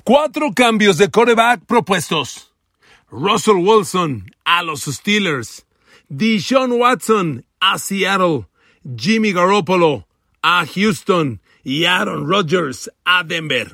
4 cambios de quarterback propuestos. Russell Wilson a los Steelers. Deshaun Watson a Seattle. Jimmy Garoppolo a Houston. Y Aaron Rodgers a Denver.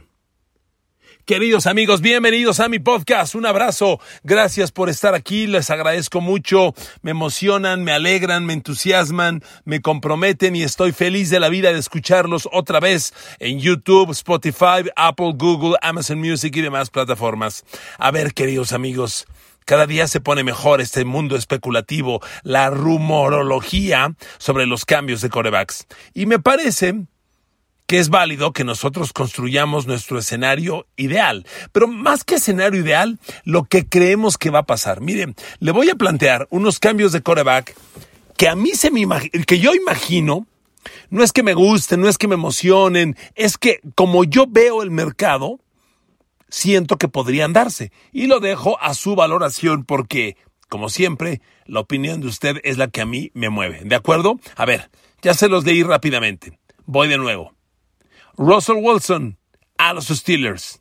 Queridos amigos, bienvenidos a mi podcast. Un abrazo. Gracias por estar aquí. Les agradezco mucho. Me emocionan, me alegran, me entusiasman, me comprometen y estoy feliz de la vida de escucharlos otra vez en YouTube, Spotify, Apple, Google, Amazon Music y demás plataformas. A ver, queridos amigos, cada día se pone mejor este mundo especulativo, la rumorología sobre los cambios de quarterbacks. Y me parece que es válido que nosotros construyamos nuestro escenario ideal. Pero más que escenario ideal, lo que creemos que va a pasar. Miren, le voy a plantear unos cambios de quarterback que a mí que yo imagino, no es que me gusten, no es que me emocionen, es que como yo veo el mercado, siento que podrían darse. Y lo dejo a su valoración porque, como siempre, la opinión de usted es la que a mí me mueve. ¿De acuerdo? A ver, ya se los leí rápidamente. Voy de nuevo. Russell Wilson a los Steelers.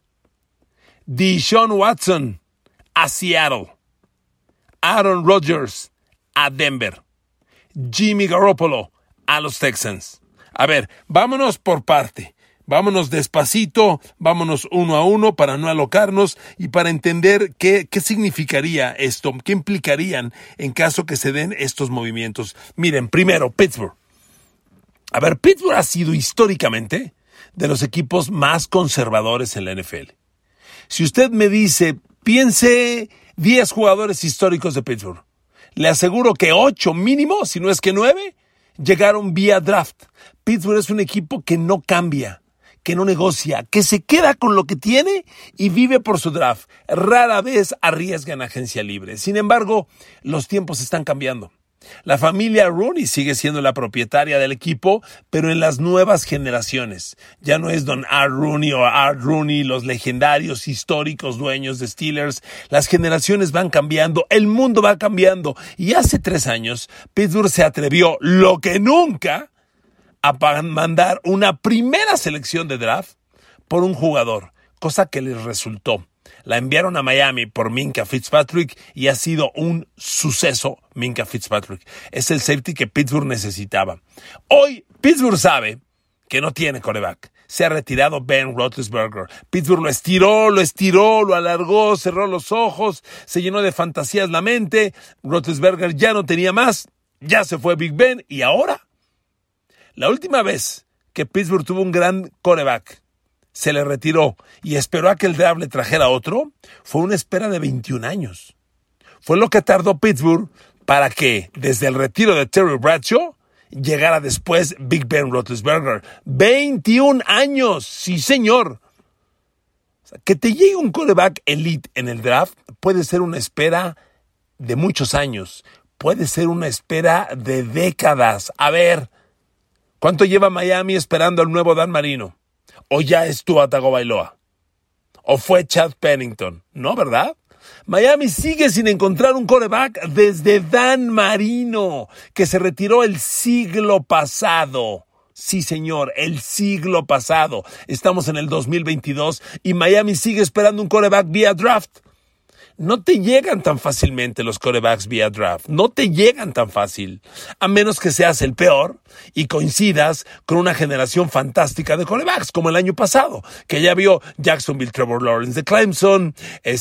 Deshaun Watson a Seattle. Aaron Rodgers a Denver. Jimmy Garoppolo a los Texans. A ver, vámonos por parte. Vámonos despacito, vámonos uno a uno para no alocarnos y para entender qué significaría esto, qué implicarían en caso que se den estos movimientos. Miren, primero, Pittsburgh. A ver, Pittsburgh ha sido históricamente de los equipos más conservadores en la NFL. Si usted me dice, piense 10 jugadores históricos de Pittsburgh, le aseguro que 8 mínimo, si no es que 9, llegaron vía draft. Pittsburgh es un equipo que no cambia, que no negocia, que se queda con lo que tiene y vive por su draft. Rara vez arriesgan agencia libre. Sin embargo, los tiempos están cambiando. La familia Rooney sigue siendo la propietaria del equipo, pero en las nuevas generaciones. Ya no es Don Art Rooney o Art Rooney, los legendarios históricos dueños de Steelers. Las generaciones van cambiando, el mundo va cambiando. Y hace 3 años, Pittsburgh se atrevió, lo que nunca, a mandar una primera selección de draft por un jugador, cosa que les resultó. La enviaron a Miami por Minkah Fitzpatrick y ha sido un suceso Minkah Fitzpatrick. Es el safety que Pittsburgh necesitaba. Hoy Pittsburgh sabe que no tiene quarterback. Se ha retirado Ben Roethlisberger. Pittsburgh lo estiró, lo alargó, cerró los ojos, se llenó de fantasías la mente. Roethlisberger ya no tenía más, ya se fue Big Ben y ahora, la última vez que Pittsburgh tuvo un gran quarterback, se le retiró y esperó a que el draft le trajera otro, fue una espera de 21 años. Fue lo que tardó Pittsburgh para que, desde el retiro de Terry Bradshaw, llegara después Big Ben Roethlisberger. 21 años, sí señor. O sea, que te llegue un quarterback elite en el draft puede ser una espera de muchos años, puede ser una espera de décadas. A ver, ¿cuánto lleva Miami esperando al nuevo Dan Marino? ¿O ya es Tua Tagovailoa? ¿O fue Chad Pennington? No, ¿verdad? Miami sigue sin encontrar un quarterback desde Dan Marino, que se retiró el siglo pasado. Sí, señor, el siglo pasado. Estamos en el 2022 y Miami sigue esperando un quarterback vía draft. No te llegan tan fácilmente los quarterbacks vía draft. No te llegan tan fácil. A menos que seas el peor y coincidas con una generación fantástica de quarterbacks, como el año pasado, que ya vio Jacksonville, Trevor Lawrence de Clemson,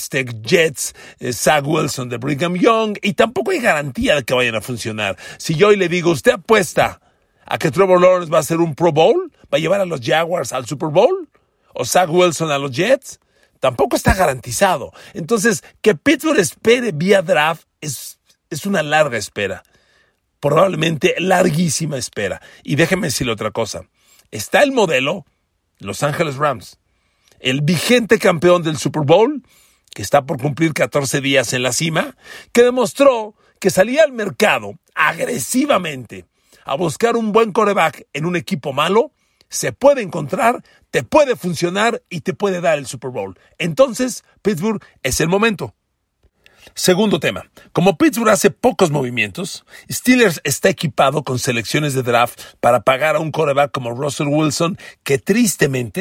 Jets, Zach Wilson de Brigham Young, y tampoco hay garantía de que vayan a funcionar. Si yo hoy le digo, ¿usted apuesta a que Trevor Lawrence va a hacer un Pro Bowl? ¿Va a llevar a los Jaguars al Super Bowl? ¿O Zach Wilson a los Jets? Tampoco está garantizado. Entonces, que Pittsburgh espere vía draft es una larga espera. Probablemente larguísima espera. Y déjeme decirle otra cosa. Está el modelo Los Ángeles Rams. El vigente campeón del Super Bowl, que está por cumplir 14 días en la cima, que demostró que salía al mercado agresivamente a buscar un buen quarterback en un equipo malo, se puede encontrar, te puede funcionar y te puede dar el Super Bowl. Entonces, Pittsburgh es el momento. Segundo tema. Como Pittsburgh hace pocos movimientos, Steelers está equipado con selecciones de draft para pagar a un quarterback como Russell Wilson, que tristemente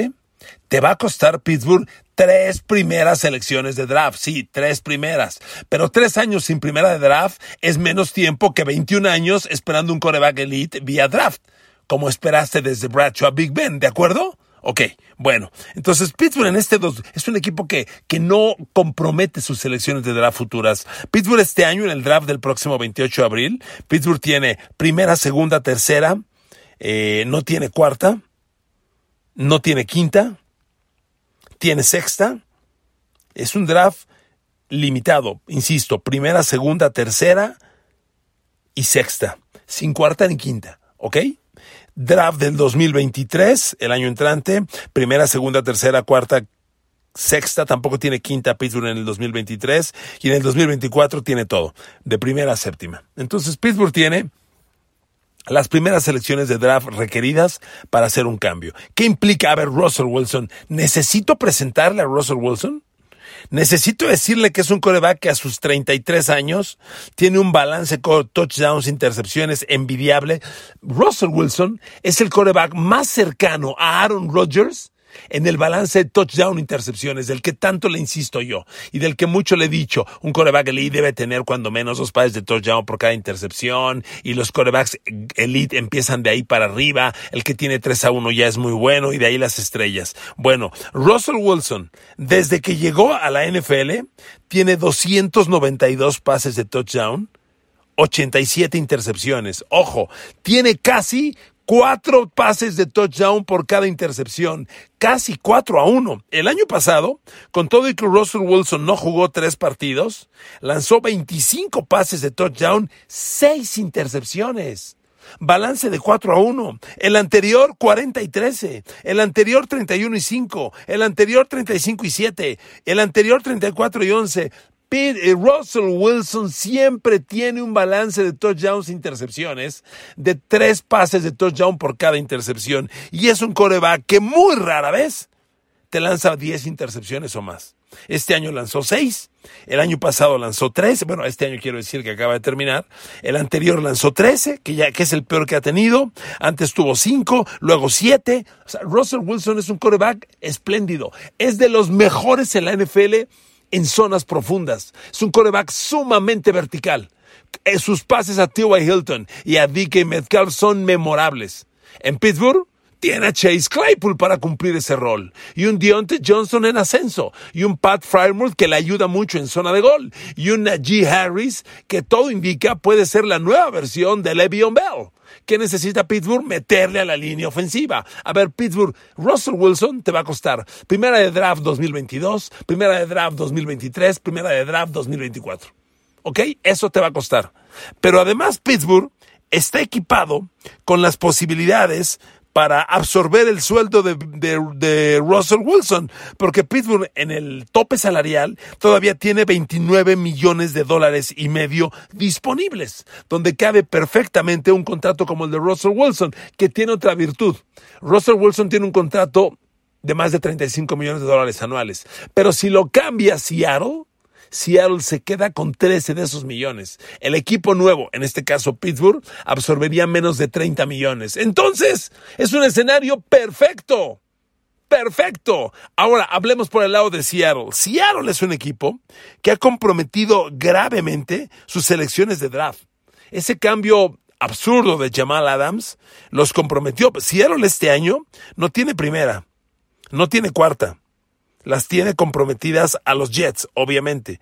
Te va a costar Pittsburgh 3 primeras selecciones de draft. Sí, 3 primeras. Pero 3 años sin primera de draft es menos tiempo que 21 años esperando un quarterback elite vía draft, como esperaste desde Bradshaw a Big Ben, ¿de acuerdo? Ok, bueno, entonces Pittsburgh es un equipo que no compromete sus selecciones de draft futuras. Pittsburgh este año en el draft del próximo 28 de abril, Pittsburgh tiene primera, segunda, tercera, no tiene cuarta, no tiene quinta, tiene sexta. Es un draft limitado, insisto, primera, segunda, tercera y sexta, sin cuarta ni quinta, ¿ok? Draft del 2023, el año entrante, primera, segunda, tercera, cuarta, sexta, tampoco tiene quinta Pittsburgh en el 2023, y en el 2024 tiene todo, de primera a séptima. Entonces Pittsburgh tiene las primeras selecciones de draft requeridas para hacer un cambio. ¿Qué implica? A ver, Russell Wilson, ¿necesito presentarle a Russell Wilson? ¿Necesito decirle que es un quarterback que a sus 33 años tiene un balance con touchdowns, intercepciones envidiable? Russell Wilson es el quarterback más cercano a Aaron Rodgers en el balance de touchdown intercepciones, del que tanto le insisto yo y del que mucho le he dicho. Un quarterback elite debe tener cuando menos 2 pases de touchdown por cada intercepción, y los quarterbacks elite empiezan de ahí para arriba. El que tiene 3-1 ya es muy bueno, y de ahí las estrellas. Bueno, Russell Wilson, desde que llegó a la NFL, tiene 292 pases de touchdown, 87 intercepciones. Ojo, tiene casi 4 pases de touchdown por cada intercepción, casi 4-1. El año pasado, con todo y que Russell Wilson no jugó 3 partidos, lanzó 25 pases de touchdown, 6 intercepciones. Balance de 4-1. El anterior 40-13. El anterior 31-5. El anterior 35-7. El anterior 34-11. Russell Wilson siempre tiene un balance de touchdowns e intercepciones de 3 pases de touchdown por cada intercepción. Y es un quarterback que muy rara vez te lanza 10 intercepciones o más. Este año lanzó 6. El año pasado lanzó 13. Bueno, este año quiero decir que acaba de terminar. El anterior lanzó 13, que es el peor que ha tenido. Antes tuvo 5, luego 7. O sea, Russell Wilson es un quarterback espléndido. Es de los mejores en la NFL en zonas profundas. Es un quarterback sumamente vertical. Sus pases a T.Y. Hilton y a DK Metcalf son memorables. En Pittsburgh tiene a Chase Claypool para cumplir ese rol, y un Deontay Johnson en ascenso, y un Pat Freiermuth que le ayuda mucho en zona de gol, y un Najee Harris que todo indica puede ser la nueva versión de Le'Veon Bell. ¿Qué necesita Pittsburgh? Meterle a la línea ofensiva. A ver, Pittsburgh, Russell Wilson te va a costar primera de draft 2022, primera de draft 2023, primera de draft 2024. ¿Ok? Eso te va a costar. Pero además Pittsburgh está equipado con las posibilidades para absorber el sueldo de Russell Wilson, porque Pittsburgh en el tope salarial todavía tiene $29.5 millones disponibles, donde cabe perfectamente un contrato como el de Russell Wilson, que tiene otra virtud. Russell Wilson tiene un contrato de más de $35 millones anuales, pero si lo cambia a Seattle se queda con 13 de esos millones. El equipo nuevo, en este caso Pittsburgh, absorbería menos de 30 millones. Entonces, es un escenario perfecto. Perfecto. Ahora, hablemos por el lado de Seattle. Seattle es un equipo que ha comprometido gravemente sus selecciones de draft. Ese cambio absurdo de Jamal Adams los comprometió. Seattle este año no tiene primera, no tiene cuarta. Las tiene comprometidas a los Jets, obviamente.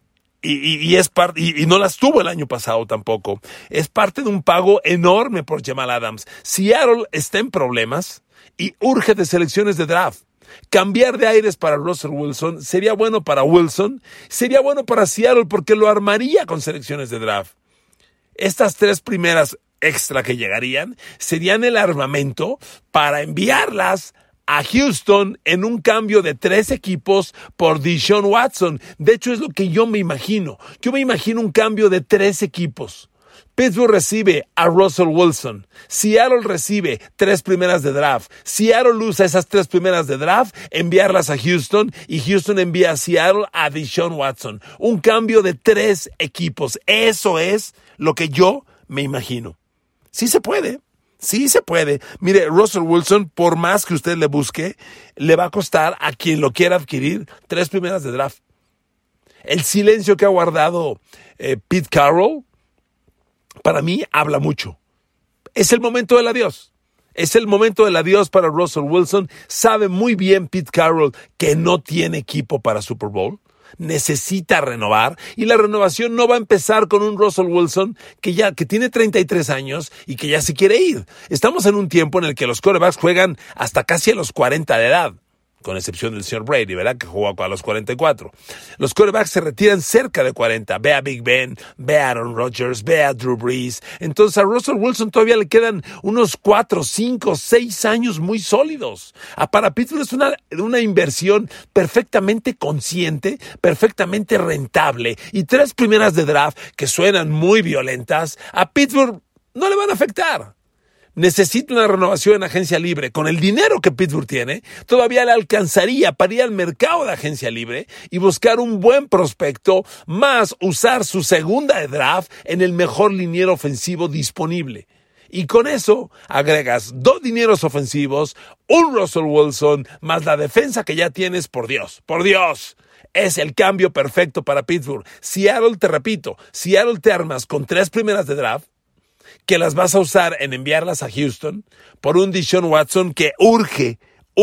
Y no las tuvo el año pasado tampoco. Es parte de un pago enorme por Jamal Adams. Seattle está en problemas y urge de selecciones de draft. Cambiar de aires para Russell Wilson sería bueno para Wilson, sería bueno para Seattle porque lo armaría con selecciones de draft. Estas 3 primeras extra que llegarían serían el armamento para enviarlas a Houston en un cambio de 3 equipos por Deshaun Watson. De hecho, es lo que yo me imagino. Yo me imagino un cambio de 3 equipos. Pittsburgh recibe a Russell Wilson. Seattle recibe 3 primeras de draft. Seattle usa esas 3 primeras de draft, enviarlas a Houston, y Houston envía a Seattle a Deshaun Watson. Un cambio de 3 equipos. Eso es lo que yo me imagino. Sí se puede. Sí se puede. Mire, Russell Wilson, por más que usted le busque, le va a costar a quien lo quiera adquirir 3 primeras de draft. El silencio que ha guardado Pete Carroll, para mí, habla mucho. Es el momento del adiós. Es el momento del adiós para Russell Wilson. Sabe muy bien Pete Carroll que no tiene equipo para Super Bowl. Necesita renovar y la renovación no va a empezar con un Russell Wilson que tiene 33 años y que ya se quiere ir. Estamos en un tiempo en el que los quarterbacks juegan hasta casi a los 40 de edad, con excepción del señor Brady, ¿verdad? Que jugó a los 44. Los quarterbacks se retiran cerca de 40. Ve a Big Ben, ve a Aaron Rodgers, ve a Drew Brees. Entonces a Russell Wilson todavía le quedan unos 4, 5, 6 años muy sólidos. Para Pittsburgh es una inversión perfectamente consciente, perfectamente rentable. Y 3 primeras de draft que suenan muy violentas, a Pittsburgh no le van a afectar. Necesita una renovación en agencia libre. Con el dinero que Pittsburgh tiene, todavía le alcanzaría para ir al mercado de agencia libre y buscar un buen prospecto, más usar su segunda de draft en el mejor liniero ofensivo disponible. Y con eso agregas 2 dineros ofensivos, un Russell Wilson, más la defensa que ya tienes, por Dios. Es el cambio perfecto para Pittsburgh. Seattle, te repito, Seattle te armas con 3 primeras de draft, que las vas a usar en enviarlas a Houston por un Deshaun Watson que urge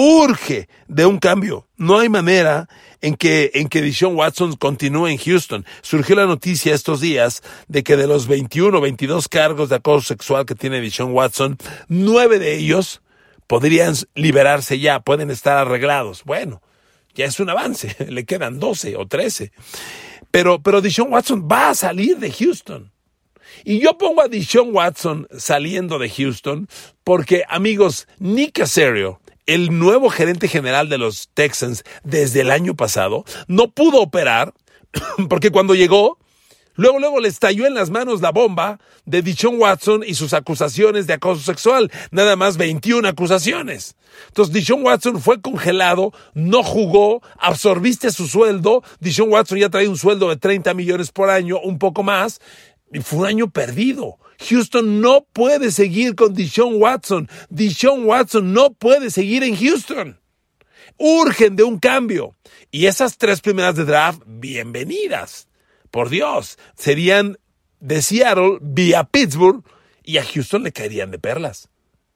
de un cambio. No hay manera en que Deshaun Watson continúe en Houston. Surgió la noticia estos días de que de los 21 o 22 cargos de acoso sexual que tiene Deshaun Watson, 9 de ellos podrían liberarse ya, pueden estar arreglados. Bueno, ya es un avance, le quedan 12 o 13. Pero Deshaun Watson va a salir de Houston. Y yo pongo a Deshaun Watson saliendo de Houston porque, amigos, Nick Caserio, el nuevo gerente general de los Texans desde el año pasado, no pudo operar porque cuando llegó, luego le estalló en las manos la bomba de Deshaun Watson y sus acusaciones de acoso sexual. Nada más 21 acusaciones. Entonces Deshaun Watson fue congelado, no jugó, absorbiste su sueldo. Deshaun Watson ya trae un sueldo de 30 millones por año, un poco más. Y fue un año perdido. Houston no puede seguir con Deshaun Watson. Deshaun Watson no puede seguir en Houston. Urgen de un cambio. Y esas 3 primeras de draft, bienvenidas. Por Dios, serían de Seattle vía Pittsburgh y a Houston le caerían de perlas.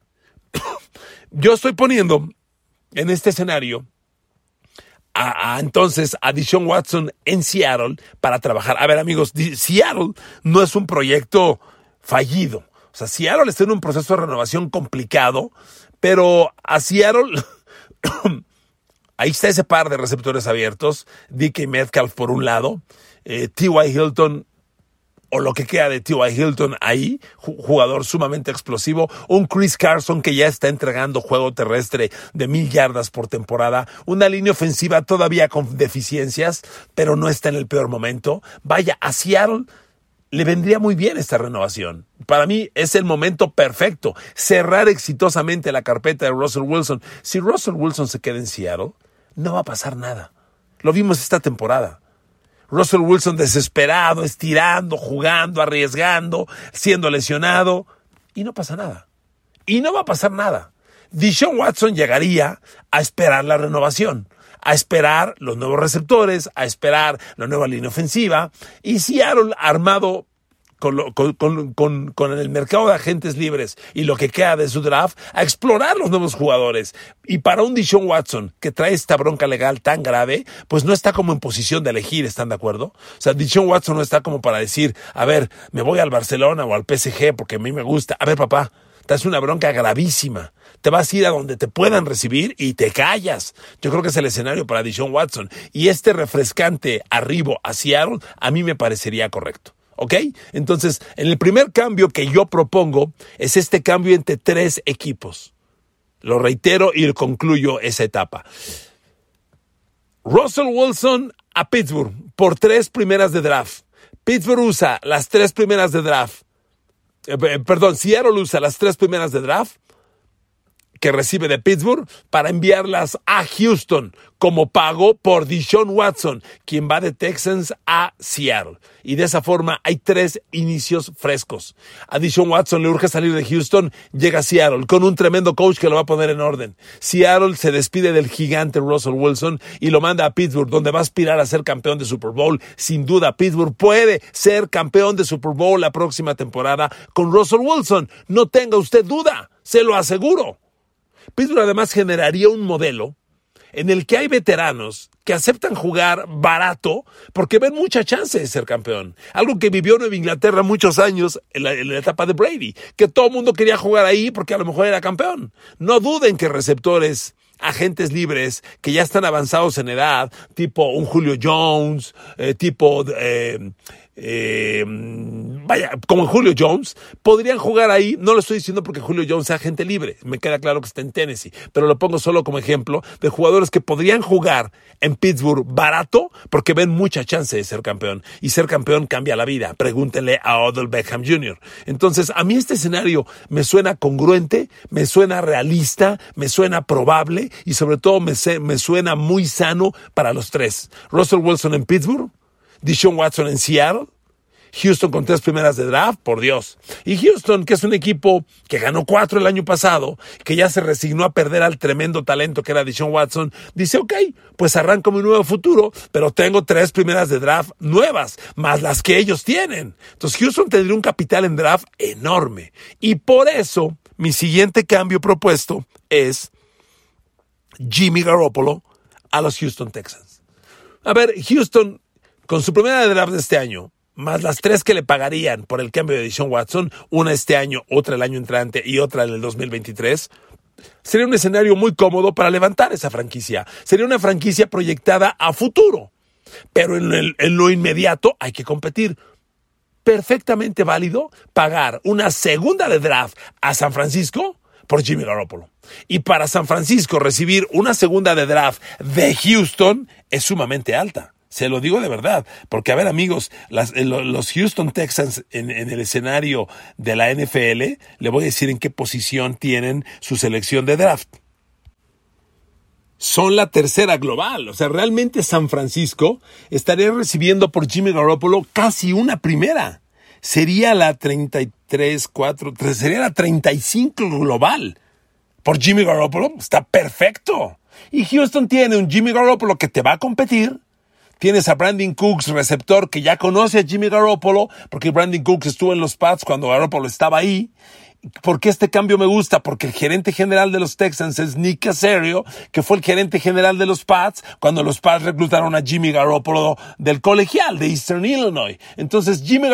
Yo estoy poniendo en este escenario entonces a Deshaun Watson en Seattle para trabajar. A ver, amigos, Seattle no es un proyecto fallido. O sea, Seattle está en un proceso de renovación complicado, pero a Seattle ahí está ese par de receptores abiertos, DK Metcalf por un lado, T.Y. Hilton, o lo que queda de T.Y. Hilton ahí, jugador sumamente explosivo, un Chris Carson que ya está entregando juego terrestre de 1,000 yardas por temporada, una línea ofensiva todavía con deficiencias, pero no está en el peor momento. Vaya, a Seattle le vendría muy bien esta renovación. Para mí es el momento perfecto, cerrar exitosamente la carpeta de Russell Wilson. Si Russell Wilson se queda en Seattle, no va a pasar nada. Lo vimos esta temporada. Russell Wilson desesperado, estirando, jugando, arriesgando, siendo lesionado, y no pasa nada. Y no va a pasar nada. Deshaun Watson llegaría a esperar la renovación, a esperar los nuevos receptores, a esperar la nueva línea ofensiva, y Seattle armado con el mercado de agentes libres y lo que queda de su draft, a explorar los nuevos jugadores. Y para un Deshaun Watson que trae esta bronca legal tan grave, pues no está como en posición de elegir, ¿están de acuerdo? O sea, Deshaun Watson no está como para decir, a ver, me voy al Barcelona o al PSG porque a mí me gusta. A ver, papá, traes una bronca gravísima. Te vas a ir a donde te puedan recibir y te callas. Yo creo que es el escenario para Deshaun Watson. Y este refrescante arribo a Seattle a mí me parecería correcto. ¿Ok? Entonces, en el primer cambio que yo propongo es este cambio entre 3 equipos. Lo reitero y concluyo esa etapa. Russell Wilson a Pittsburgh por 3 primeras de draft. Pittsburgh usa las 3 primeras de draft. Seattle usa las 3 primeras de draft que recibe de Pittsburgh para enviarlas a Houston como pago por Deshaun Watson, quien va de Texans a Seattle. Y de esa forma hay 3 inicios frescos. A Deshaun Watson le urge salir de Houston, llega a Seattle con un tremendo coach que lo va a poner en orden. Seattle se despide del gigante Russell Wilson y lo manda a Pittsburgh, donde va a aspirar a ser campeón de Super Bowl. Sin duda, Pittsburgh puede ser campeón de Super Bowl la próxima temporada con Russell Wilson. No tenga usted duda, se lo aseguro. Pittsburgh además generaría un modelo en el que hay veteranos que aceptan jugar barato porque ven mucha chance de ser campeón. Algo que vivió Nueva Inglaterra muchos años en la etapa de Brady, que todo el mundo quería jugar ahí porque a lo mejor era campeón. No duden que receptores, agentes libres que ya están avanzados en edad, tipo un Julio Jones, como Julio Jones, podrían jugar ahí. No lo estoy diciendo porque Julio Jones sea agente libre, me queda claro que está en Tennessee, pero lo pongo solo como ejemplo de jugadores que podrían jugar en Pittsburgh barato porque ven mucha chance de ser campeón, y ser campeón cambia la vida. Pregúntenle a Odell Beckham Jr. Entonces, a mí este escenario me suena congruente, me suena realista, me suena probable y sobre todo me suena muy sano para los 3. Russell Wilson en Pittsburgh, Deshaun Watson en Seattle, Houston con 3 primeras de draft, por Dios. Y Houston, que es un equipo que ganó 4 el año pasado, que ya se resignó a perder al tremendo talento que era Deshaun Watson, dice, ok, pues arranco mi nuevo futuro, pero tengo 3 primeras de draft nuevas, más las que ellos tienen. Entonces Houston tendría un capital en draft enorme. Y por eso, mi siguiente cambio propuesto es Jimmy Garoppolo a los Houston Texans. A ver, Houston, con su primera de draft de este año, más las 3 que le pagarían por el cambio de Deshaun Watson, una este año, otra el año entrante y otra en el 2023, sería un escenario muy cómodo para levantar esa franquicia. Sería una franquicia proyectada a futuro, pero en lo inmediato hay que competir. Perfectamente válido pagar una segunda de draft a San Francisco por Jimmy Garoppolo. Y para San Francisco recibir una segunda de draft de Houston es sumamente alta. Se lo digo de verdad, porque a ver amigos, los Houston Texans en el escenario de la NFL, le voy a decir en qué posición tienen su selección de draft. Son la 3ª global, o sea, realmente San Francisco estaría recibiendo por Jimmy Garoppolo casi una primera. Sería la 33-4, sería la 35 global. Por Jimmy Garoppolo está perfecto. Y Houston tiene un Jimmy Garoppolo que te va a competir. Tienes a Brandon Cooks, receptor, que ya conoce a Jimmy Garoppolo, porque Brandon Cooks estuvo en los Pats cuando Garoppolo estaba ahí. ¿Por qué este cambio me gusta? Porque el gerente general de los Texans es Nick Caserio, que fue el gerente general de los Pats cuando los Pats reclutaron a Jimmy Garoppolo del colegial de Eastern Illinois. Entonces Nick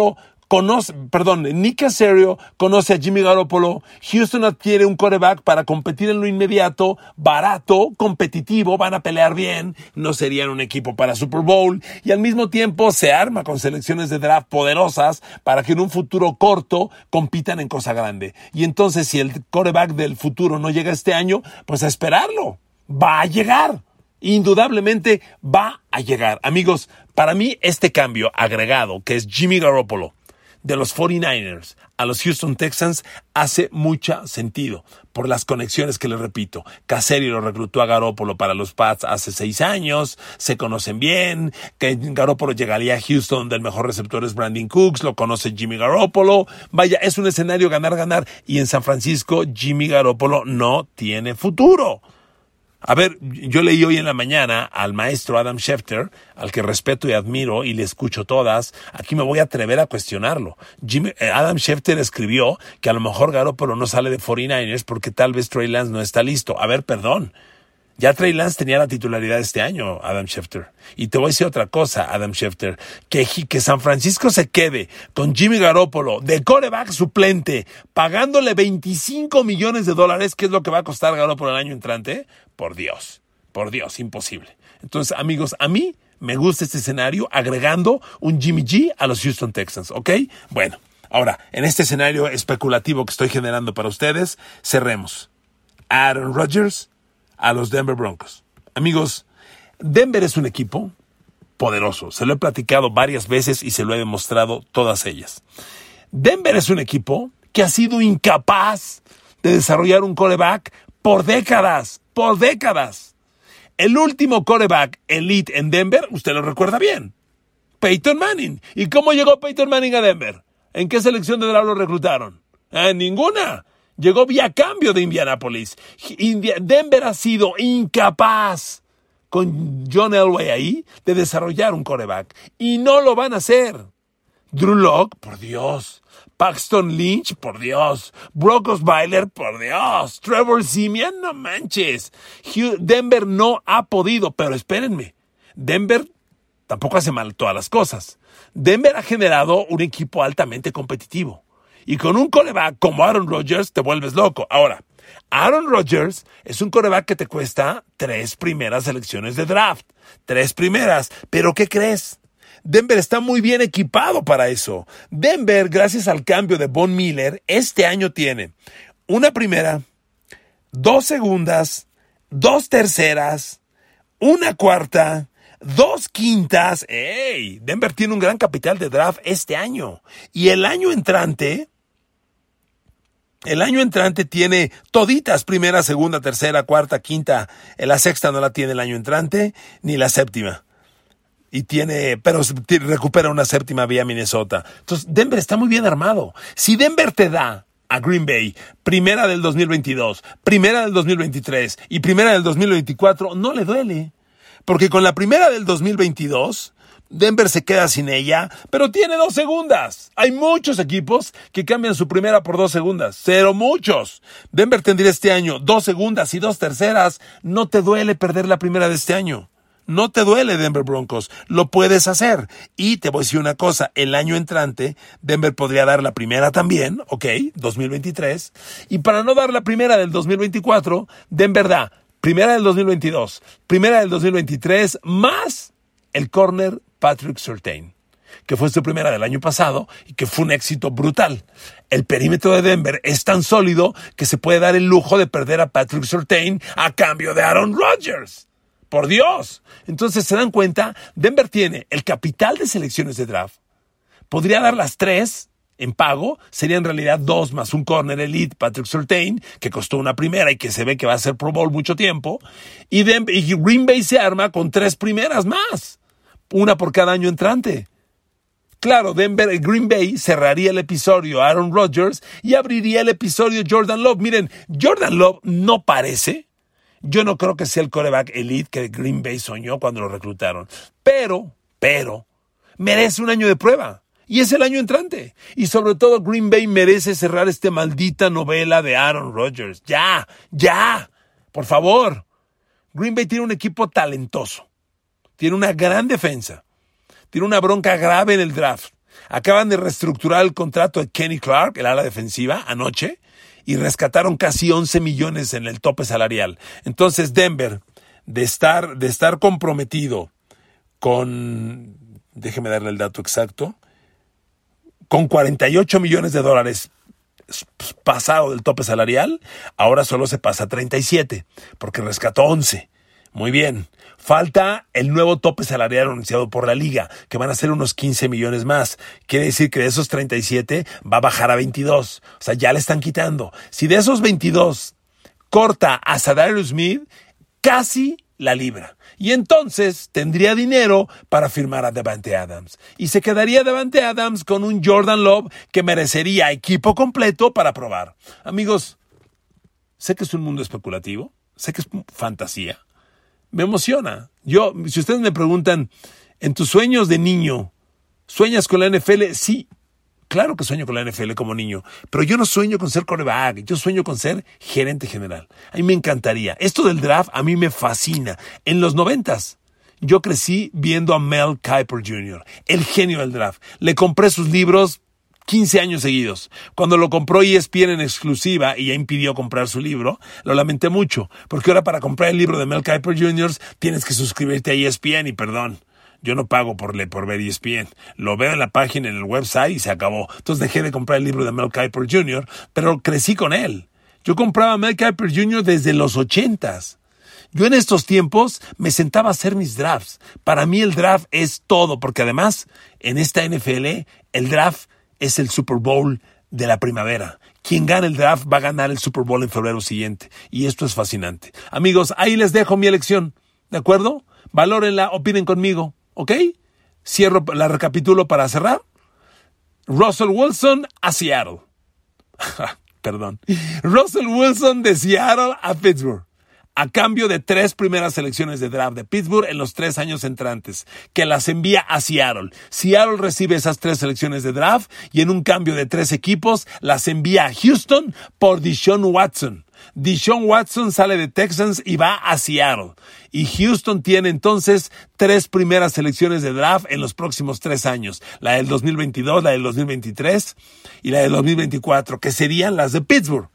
Caserio conoce a Jimmy Garoppolo. Houston adquiere un quarterback para competir en lo inmediato, barato, competitivo, van a pelear bien, no serían un equipo para Super Bowl, y al mismo tiempo se arma con selecciones de draft poderosas para que en un futuro corto compitan en cosa grande. Y entonces si el quarterback del futuro no llega este año, pues a esperarlo. Va a llegar. Indudablemente va a llegar. Amigos, para mí este cambio agregado, que es Jimmy Garoppolo, de los 49ers a los Houston Texans, hace mucho sentido por las conexiones que les repito. Caserio lo reclutó a Garoppolo para los Pats hace 6 años, se conocen bien, que Garoppolo llegaría a Houston donde el mejor receptor es Brandon Cooks, lo conoce Jimmy Garoppolo. Vaya, es un escenario ganar, y en San Francisco Jimmy Garoppolo no tiene futuro. A ver, yo leí hoy en la mañana al maestro Adam Schefter, al que respeto y admiro y le escucho todas. Aquí me voy a atrever a cuestionarlo. Adam Schefter escribió que a lo mejor Garoppolo no sale de 49ers porque tal vez Trey Lance no está listo. A ver, perdón. Ya Trey Lance tenía la titularidad este año, Adam Schefter. Y te voy a decir otra cosa, Adam Schefter, que San Francisco se quede con Jimmy Garoppolo de quarterback suplente, pagándole $25 millones, que es lo que va a costar Garoppolo el año entrante. Por Dios, imposible. Entonces, amigos, a mí me gusta este escenario agregando un Jimmy G a los Houston Texans, ¿ok? Bueno, ahora, en este escenario especulativo que estoy generando para ustedes, cerremos. Aaron Rodgers a los Denver Broncos. Amigos, Denver es un equipo poderoso. Se lo he platicado varias veces y se lo he demostrado todas ellas. Denver es un equipo que ha sido incapaz de desarrollar un quarterback por décadas. El último quarterback elite en Denver, usted lo recuerda bien, Peyton Manning. ¿Y cómo llegó Peyton Manning a Denver? ¿En qué selección de draft lo reclutaron? En ninguna. Llegó vía cambio de Indianapolis. Denver ha sido incapaz, con John Elway ahí, de desarrollar un quarterback. Y no lo van a hacer. Drew Lock, por Dios. Paxton Lynch, por Dios. Brock Osweiler, por Dios. Trevor Siemian, no manches. Denver no ha podido, pero espérenme. Denver tampoco hace mal todas las cosas. Denver ha generado un equipo altamente competitivo. Y con un quarterback como Aaron Rodgers te vuelves loco. Ahora, Aaron Rodgers es un quarterback que te cuesta 3 primeras selecciones de draft. 3 primeras. ¿Pero qué crees? Denver está muy bien equipado para eso. Denver, gracias al cambio de Von Miller, este año tiene 1 primera, 2 segundas, 2 terceras, 1 cuarta, 2 quintas. ¡Ey! Denver tiene un gran capital de draft este año. Y el año entrante tiene toditas, primera, segunda, tercera, cuarta, quinta. La sexta no la tiene el año entrante, ni la séptima. Pero recupera una séptima vía Minnesota. Entonces, Denver está muy bien armado. Si Denver te da a Green Bay, primera del 2022, primera del 2023 y primera del 2024, no le duele. Porque con la primera del 2022, Denver se queda sin ella, pero tiene 2 segundas. Hay muchos equipos que cambian su primera por 2 segundas. Muchos. Denver tendría este año 2 segundas y 2 terceras. No te duele perder la primera de este año. No te duele, Denver Broncos. Lo puedes hacer. Y te voy a decir una cosa. El año entrante, Denver podría dar la primera también, ¿ok? 2023. Y para no dar la primera del 2024, Denver da primera del 2022, primera del 2023, más el corner Patrick Surtain, que fue su primera del año pasado y que fue un éxito brutal. El perímetro de Denver es tan sólido que se puede dar el lujo de perder a Patrick Surtain a cambio de Aaron Rodgers. ¡Por Dios! Entonces, ¿se dan cuenta? Denver tiene el capital de selecciones de draft. Podría dar las 3 en pago. Sería en realidad 2 más un corner elite, Patrick Surtain, que costó una primera y que se ve que va a ser Pro Bowl mucho tiempo. Y Green Bay se arma con 3 primeras más. Una por cada año entrante. Claro, Green Bay cerraría el episodio Aaron Rodgers y abriría el episodio Jordan Love. Miren, Jordan Love no parece... Yo no creo que sea el quarterback elite que Green Bay soñó cuando lo reclutaron. Pero, merece un año de prueba. Y es el año entrante. Y sobre todo Green Bay merece cerrar esta maldita novela de Aaron Rodgers. ¡Ya! Por favor. Green Bay tiene un equipo talentoso. Tiene una gran defensa. Tiene una bronca grave en el draft. Acaban de reestructurar el contrato de Kenny Clark, el ala defensiva, anoche. Y rescataron casi 11 millones en el tope salarial. Entonces Denver, de estar comprometido con, déjeme darle el dato exacto, con $48 millones pasado del tope salarial, ahora solo se pasa a 37, porque rescató 11. Muy bien. Falta el nuevo tope salarial anunciado por la liga, que van a ser unos 15 millones más. Quiere decir que de esos 37 va a bajar a 22. O sea, ya le están quitando. Si de esos 22 corta a Zadarius Smith, casi la libra. Y entonces tendría dinero para firmar a Davante Adams. Y se quedaría Davante Adams con un Jordan Love que merecería equipo completo para probar. Amigos, sé que es un mundo especulativo, sé que es fantasía. Me emociona. Si ustedes me preguntan, ¿en tus sueños de niño sueñas con la NFL? Sí, claro que sueño con la NFL como niño, pero yo no sueño con ser quarterback, yo sueño con ser gerente general. A mí me encantaría. Esto del draft a mí me fascina. En los 90s, yo crecí viendo a Mel Kiper Jr., el genio del draft. Le compré sus libros 15 años seguidos. Cuando lo compró ESPN en exclusiva y ya impidió comprar su libro, lo lamenté mucho, porque ahora para comprar el libro de Mel Kiper Jr. tienes que suscribirte a ESPN y perdón, yo no pago por ver ESPN. Lo veo en la página, en el website y se acabó. Entonces dejé de comprar el libro de Mel Kiper Jr., pero crecí con él. Yo compraba a Mel Kiper Jr. desde los 80s. Yo en estos tiempos me sentaba a hacer mis drafts. Para mí el draft es todo, porque además en esta NFL el draft es el Super Bowl de la primavera. Quien gane el draft va a ganar el Super Bowl en febrero siguiente. Y esto es fascinante. Amigos, ahí les dejo mi elección. ¿De acuerdo? Valórenla, opinen conmigo. ¿Ok? La recapitulo para cerrar. Russell Wilson a Seattle. Perdón. Russell Wilson de Seattle a Pittsburgh. A cambio de 3 primeras selecciones de draft de Pittsburgh en los 3 años entrantes, que las envía a Seattle. Seattle recibe esas 3 selecciones de draft y en un cambio de 3 equipos las envía a Houston por Deshaun Watson. Deshaun Watson sale de Texans y va a Seattle. Y Houston tiene entonces 3 primeras selecciones de draft en los próximos 3 años. La del 2022, la del 2023 y la del 2024, que serían las de Pittsburgh.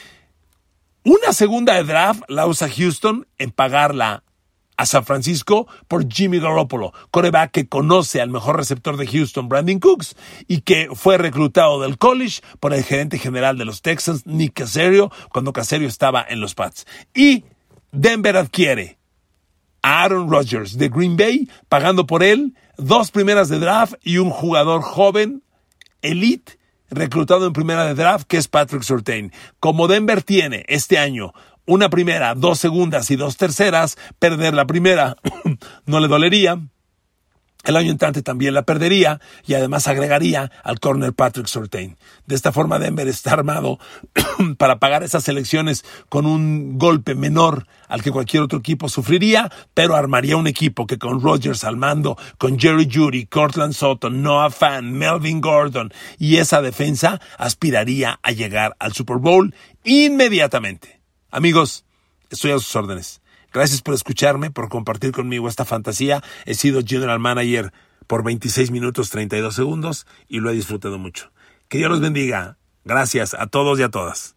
Una segunda de draft la usa Houston en pagarla a San Francisco por Jimmy Garoppolo, quarterback que conoce al mejor receptor de Houston, Brandon Cooks, y que fue reclutado del college por el gerente general de los Texans, Nick Caserio, cuando Caserio estaba en los Pats. Y Denver adquiere a Aaron Rodgers de Green Bay, pagando por él 2 primeras de draft y un jugador joven, elite, reclutado en primera de draft, que es Patrick Surtain. Como Denver tiene este año una primera, 2 segundas y 2 terceras, perder la primera no le dolería. El año entrante también la perdería y además agregaría al corner Patrick Surtain. De esta forma Denver está armado para pagar esas elecciones con un golpe menor al que cualquier otro equipo sufriría, pero armaría un equipo que con Rodgers al mando, con Jerry Jeudy, Courtland Sutton, Noah Fant, Melvin Gordon y esa defensa aspiraría a llegar al Super Bowl inmediatamente. Amigos, estoy a sus órdenes. Gracias por escucharme, por compartir conmigo esta fantasía. He sido General Manager por 26 minutos 32 segundos y lo he disfrutado mucho. Que Dios los bendiga. Gracias a todos y a todas.